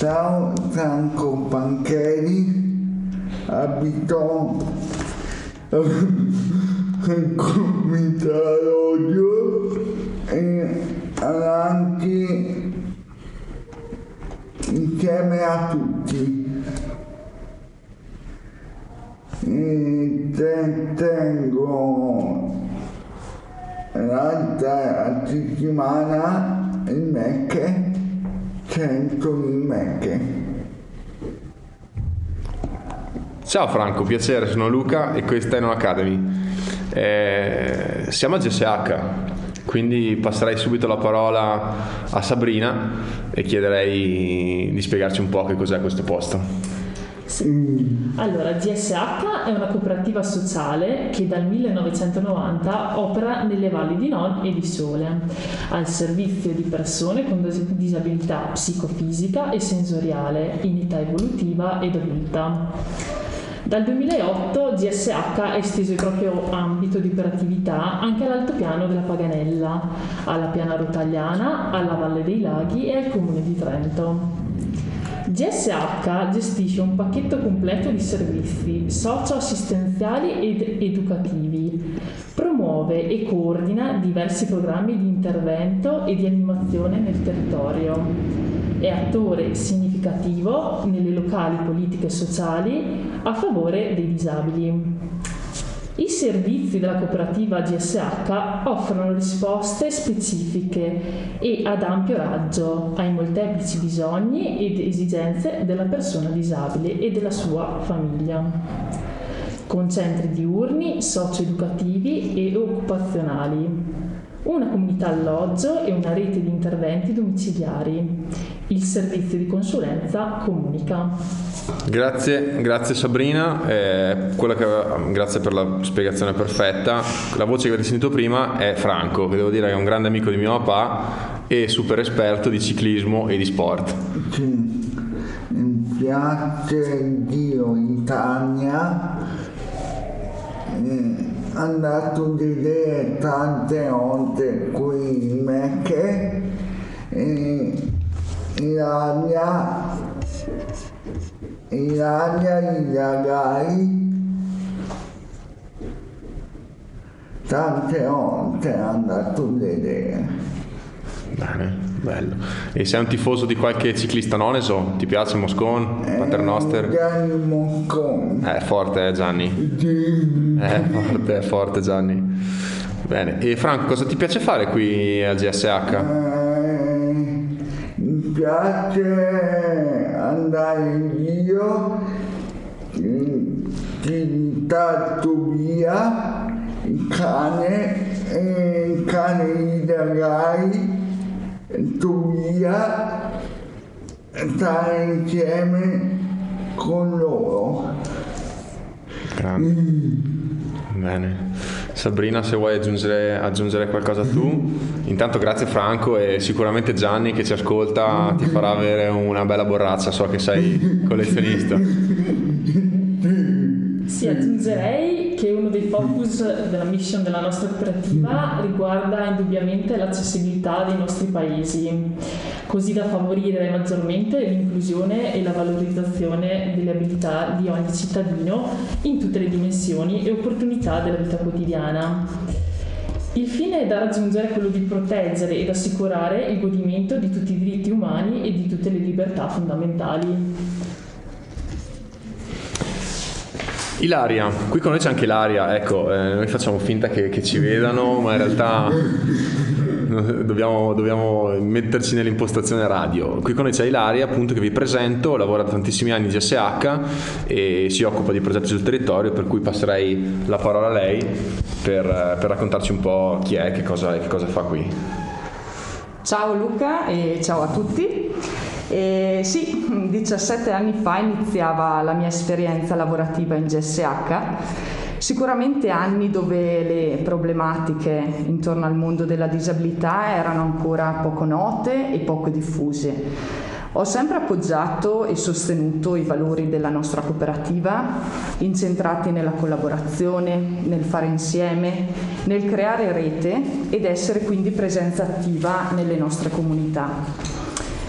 Ciao, Franco Pancheri, abito in comunità Rodio e avanti insieme a tutti. Tengo l'altra settimana il Mecche, 100 di Mecche. Ciao Franco, piacere, sono Luca e questa è No Academy. Siamo a GSH, quindi passerei subito la parola a Sabrina e chiederei di spiegarci un po' che cos'è questo posto. Allora, GSH è una cooperativa sociale che dal 1990 opera nelle valli di Non e di Sole, al servizio di persone con disabilità psicofisica e sensoriale in età evolutiva ed adulta. Dal 2008 GSH ha esteso il proprio ambito di operatività anche all'altopiano della Paganella, alla Piana Rotagliana, alla Valle dei Laghi e al Comune di Trento. GSH gestisce un pacchetto completo di servizi socio-assistenziali ed educativi, promuove e coordina diversi programmi di intervento e di animazione nel territorio, è attore significativo nelle locali politiche sociali a favore dei disabili. I servizi della cooperativa GSH offrono risposte specifiche e ad ampio raggio ai molteplici bisogni ed esigenze della persona disabile e della sua famiglia, con centri diurni, socio-educativi e occupazionali, una comunità alloggio e una rete di interventi domiciliari. Il servizio di consulenza comunica. Grazie Sabrina, grazie per la spiegazione perfetta. La voce che avete sentito prima è Franco, che devo dire che è un grande amico di mio papà e super esperto di ciclismo e di sport. Sì, piace Dio Italia, è andato a vedere tante volte qui in Mecche, Ilaria, i ragazzi, tante volte è andato a vedere. Bene, bello. E sei un tifoso di qualche ciclista noneso? Ti piace Moscon, Paternoster? Gianni Moscon. È forte Gianni. Sì. È forte Gianni. Bene, e Franco, cosa ti piace fare qui al GSH? Mi piace andare in giro, ti tatto via il cane di ragazzi, tu via, stare insieme con loro. Grande. Bene. Sabrina, se vuoi aggiungere qualcosa tu. Intanto grazie Franco, e sicuramente Gianni che ci ascolta ti farà avere una bella borraccia, so che sei collezionista. Sì, aggiungerei che uno dei focus della mission della nostra cooperativa riguarda indubbiamente l'accessibilità dei nostri paesi, così da favorire maggiormente l'inclusione e la valorizzazione delle abilità di ogni cittadino in tutte le dimensioni e opportunità della vita quotidiana. Il fine da raggiungere è quello di proteggere ed assicurare il godimento di tutti i diritti umani e di tutte le libertà fondamentali. Ilaria, qui con noi c'è anche Ilaria, ecco, noi facciamo finta che ci vedano, ma in realtà dobbiamo metterci nell'impostazione radio. Qui con noi c'è Ilaria, appunto, che vi presento, lavora da tantissimi anni in GSH e si occupa di progetti sul territorio, per cui passerei la parola a lei per raccontarci un po' chi è, che cosa fa qui. Ciao Luca e ciao a tutti. Sì, 17 anni fa iniziava la mia esperienza lavorativa in GSH, sicuramente anni dove le problematiche intorno al mondo della disabilità erano ancora poco note e poco diffuse. Ho sempre appoggiato e sostenuto i valori della nostra cooperativa, incentrati nella collaborazione, nel fare insieme, nel creare rete ed essere quindi presenza attiva nelle nostre comunità.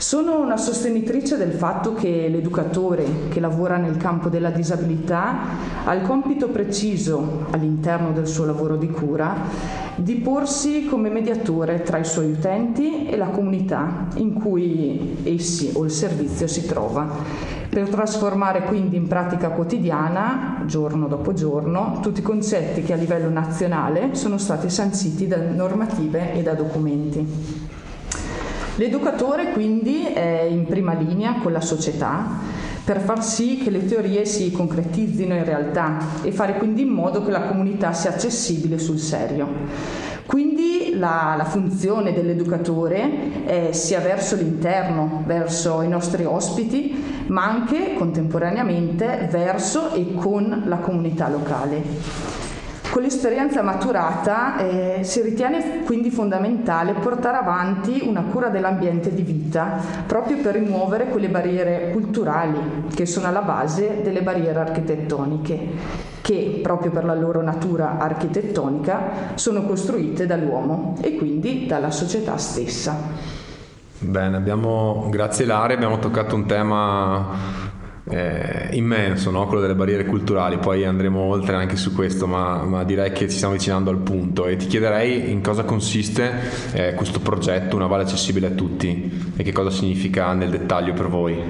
Sono una sostenitrice del fatto che l'educatore che lavora nel campo della disabilità ha il compito preciso, all'interno del suo lavoro di cura, di porsi come mediatore tra i suoi utenti e la comunità in cui essi o il servizio si trova, per trasformare quindi in pratica quotidiana, giorno dopo giorno, tutti i concetti che a livello nazionale sono stati sanciti da normative e da documenti. L'educatore quindi è in prima linea con la società per far sì che le teorie si concretizzino in realtà e fare quindi in modo che la comunità sia accessibile sul serio. Quindi la funzione dell'educatore è sia verso l'interno, verso i nostri ospiti, ma anche contemporaneamente verso e con la comunità locale. Con l'esperienza maturata si ritiene quindi fondamentale portare avanti una cura dell'ambiente di vita, proprio per rimuovere quelle barriere culturali che sono alla base delle barriere architettoniche, che proprio per la loro natura architettonica sono costruite dall'uomo e quindi dalla società stessa. Bene, grazie Ilaria, abbiamo toccato un tema immenso, no? Quello delle barriere culturali, poi andremo oltre anche su questo, ma direi che ci stiamo avvicinando al punto e ti chiederei in cosa consiste questo progetto Una Valle Accessibile a Tutti e che cosa significa nel dettaglio per voi.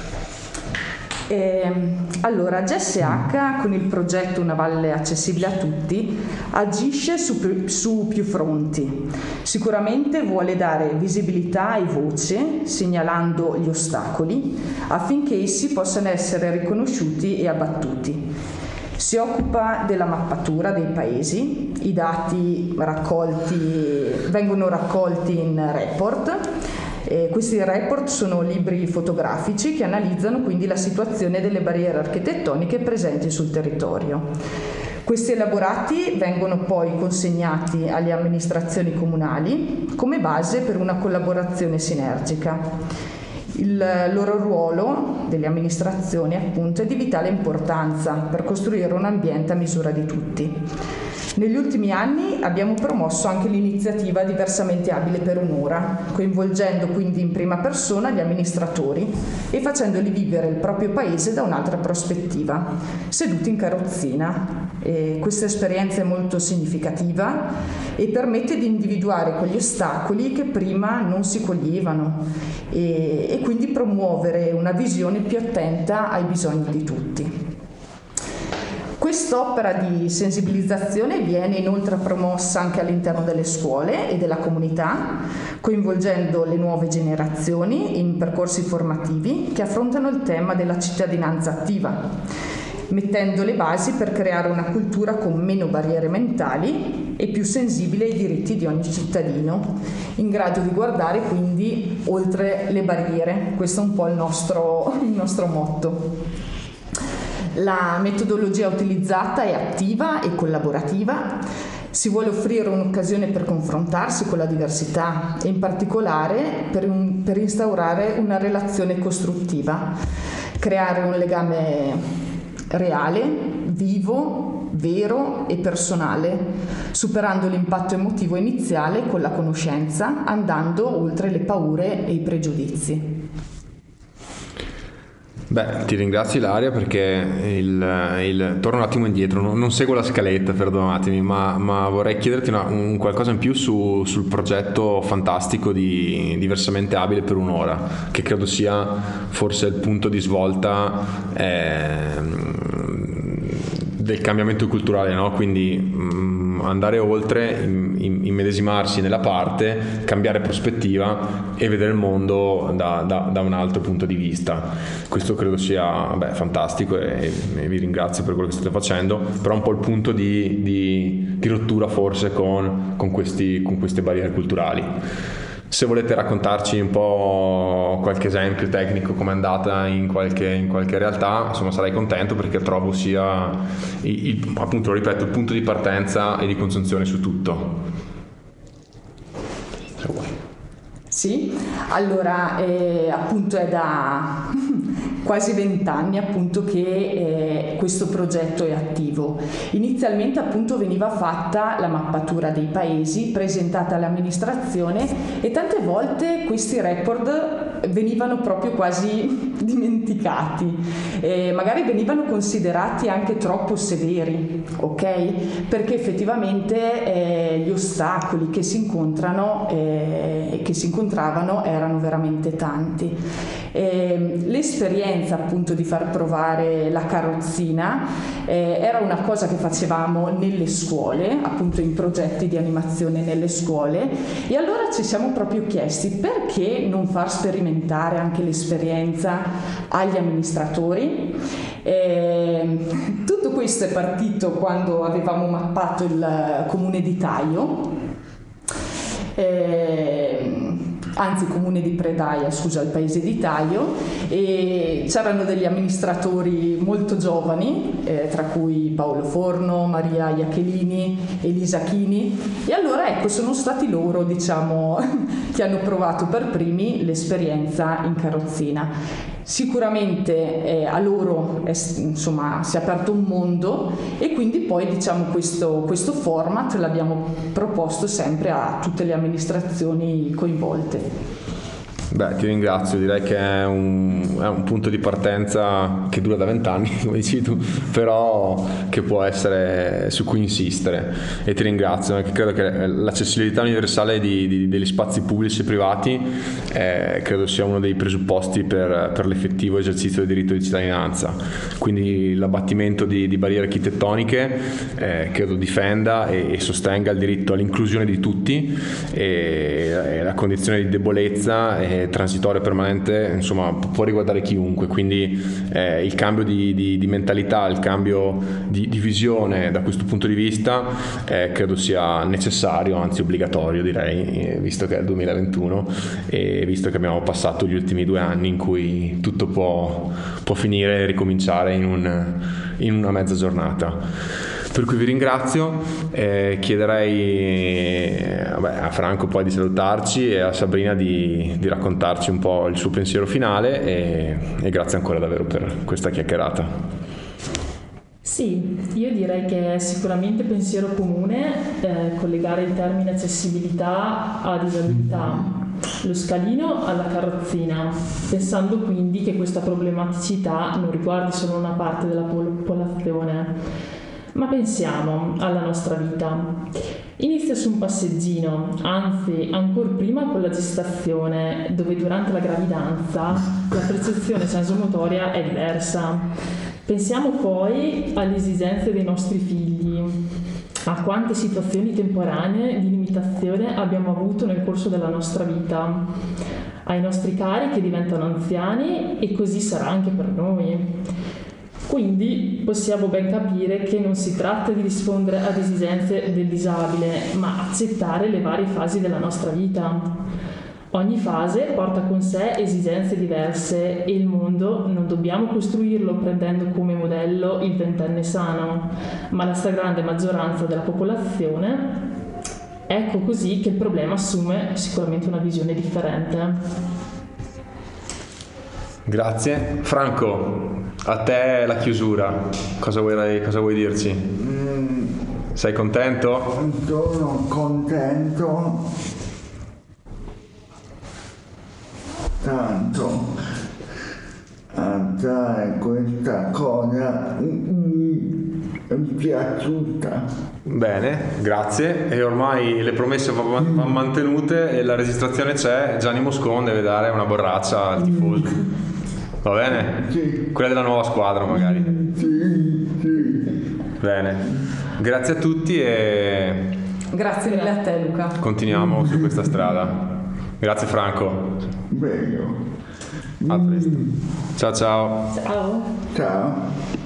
Allora, GSH con il progetto Una Valle Accessibile a Tutti agisce su più fronti. Sicuramente vuole dare visibilità e voce, segnalando gli ostacoli, affinché essi possano essere riconosciuti e abbattuti. Si occupa della mappatura dei paesi, i dati vengono raccolti in report. Questi report sono libri fotografici che analizzano quindi la situazione delle barriere architettoniche presenti sul territorio. Questi elaborati vengono poi consegnati alle amministrazioni comunali come base per una collaborazione sinergica. Il loro ruolo delle amministrazioni appunto è di vitale importanza per costruire un ambiente a misura di tutti. Negli ultimi anni abbiamo promosso anche l'iniziativa Diversamente Abile per un'ora, coinvolgendo quindi in prima persona gli amministratori e facendoli vivere il proprio paese da un'altra prospettiva, seduti in carrozzina. Questa esperienza è molto significativa e permette di individuare quegli ostacoli che prima non si coglievano e quindi promuovere una visione più attenta ai bisogni di tutti. Quest'opera di sensibilizzazione viene inoltre promossa anche all'interno delle scuole e della comunità, coinvolgendo le nuove generazioni in percorsi formativi che affrontano il tema della cittadinanza attiva, mettendo le basi per creare una cultura con meno barriere mentali e più sensibile ai diritti di ogni cittadino, in grado di guardare quindi oltre le barriere. Questo è un po' il nostro motto. La metodologia utilizzata è attiva e collaborativa. Si vuole offrire un'occasione per confrontarsi con la diversità e in particolare per instaurare una relazione costruttiva, creare un legame reale, vivo, vero e personale, superando l'impatto emotivo iniziale con la conoscenza, andando oltre le paure e i pregiudizi. Beh, ti ringrazio Ilaria perché torno un attimo indietro, non seguo la scaletta, perdonatemi, ma vorrei chiederti un qualcosa in più sul progetto fantastico di Diversamente Abile per un'ora, che credo sia forse il punto di svolta del cambiamento culturale, no? Quindi andare oltre, immedesimarsi nella parte, cambiare prospettiva e vedere il mondo da un altro punto di vista. Questo credo sia fantastico e vi ringrazio per quello che state facendo, però un po' il punto di rottura forse con queste barriere culturali. Se volete raccontarci un po' qualche esempio tecnico come è andata in qualche realtà, insomma sarei contento perché trovo sia appunto, lo ripeto, il punto di partenza e di consunzione su tutto. Se vuoi. Sì, allora appunto è da quasi 20 anni appunto che questo progetto è attivo. Inizialmente appunto veniva fatta la mappatura dei paesi presentata all'amministrazione e tante volte questi report venivano proprio quasi dimenticati, magari venivano considerati anche troppo severi, ok? Perché effettivamente gli ostacoli che si incontravano erano veramente tanti. L'esperienza appunto di far provare la carrozzina era una cosa che facevamo nelle scuole, appunto in progetti di animazione nelle scuole, e allora ci siamo proprio chiesti perché non far sperimentare anche l'esperienza agli amministratori. Tutto questo è partito quando avevamo mappato il comune di Taio, anzi comune di Predaia, scusa, il paese di Taio, e c'erano degli amministratori molto giovani, tra cui Paolo Forno, Maria Iachelini, Elisa Chini, e allora ecco sono stati loro, diciamo, che hanno provato per primi l'esperienza in carrozzina. Sicuramente a loro insomma si è aperto un mondo, e quindi poi diciamo questo format l'abbiamo proposto sempre a tutte le amministrazioni coinvolte. Beh, ti ringrazio, direi che è un punto di partenza che dura da 20 anni, come dici tu, però che può essere su cui insistere, e ti ringrazio, perché credo che l'accessibilità universale degli spazi pubblici e privati credo sia uno dei presupposti per l'effettivo esercizio del diritto di cittadinanza, quindi l'abbattimento di barriere architettoniche credo difenda e sostenga il diritto all'inclusione di tutti, e la condizione di debolezza transitorio permanente insomma può riguardare chiunque, quindi il cambio di mentalità, il cambio di visione da questo punto di vista credo sia necessario, anzi obbligatorio direi, visto che è il 2021 e visto che abbiamo passato gli ultimi 2 anni in cui tutto può finire e ricominciare in una mezza giornata. Per cui vi ringrazio, chiederei a Franco poi di salutarci e a Sabrina di raccontarci un po' il suo pensiero finale, e grazie ancora davvero per questa chiacchierata. Sì, io direi che è sicuramente pensiero comune collegare il termine accessibilità a disabilità, lo scalino alla carrozzina, pensando quindi che questa problematicità non riguardi solo una parte della popolazione. Ma pensiamo alla nostra vita. Inizia su un passeggino, anzi ancora prima con la gestazione, dove durante la gravidanza la percezione sensomotoria è diversa. Pensiamo poi alle esigenze dei nostri figli, a quante situazioni temporanee di limitazione abbiamo avuto nel corso della nostra vita, ai nostri cari che diventano anziani, e così sarà anche per noi. Quindi possiamo ben capire che non si tratta di rispondere ad esigenze del disabile, ma accettare le varie fasi della nostra vita. Ogni fase porta con sé esigenze diverse, e il mondo non dobbiamo costruirlo prendendo come modello il 20enne sano, ma la stragrande maggioranza della popolazione. Ecco così che il problema assume sicuramente una visione differente. Grazie. Franco, a te la chiusura, cosa vuoi dirci? Sei contento? Sono contento, tanto a te questa cosa mi è piaciuta. Bene, grazie. E ormai le promesse vanno mantenute e la registrazione c'è. Gianni Moscon deve dare una borraccia al tifoso. Va bene? Sì. Quella della nuova squadra magari. Sì. Bene. Grazie a tutti e Grazie mille a te, Luca. continuiamo su questa strada. Grazie Franco. Bello. A presto. Ciao ciao. Ciao! Ciao.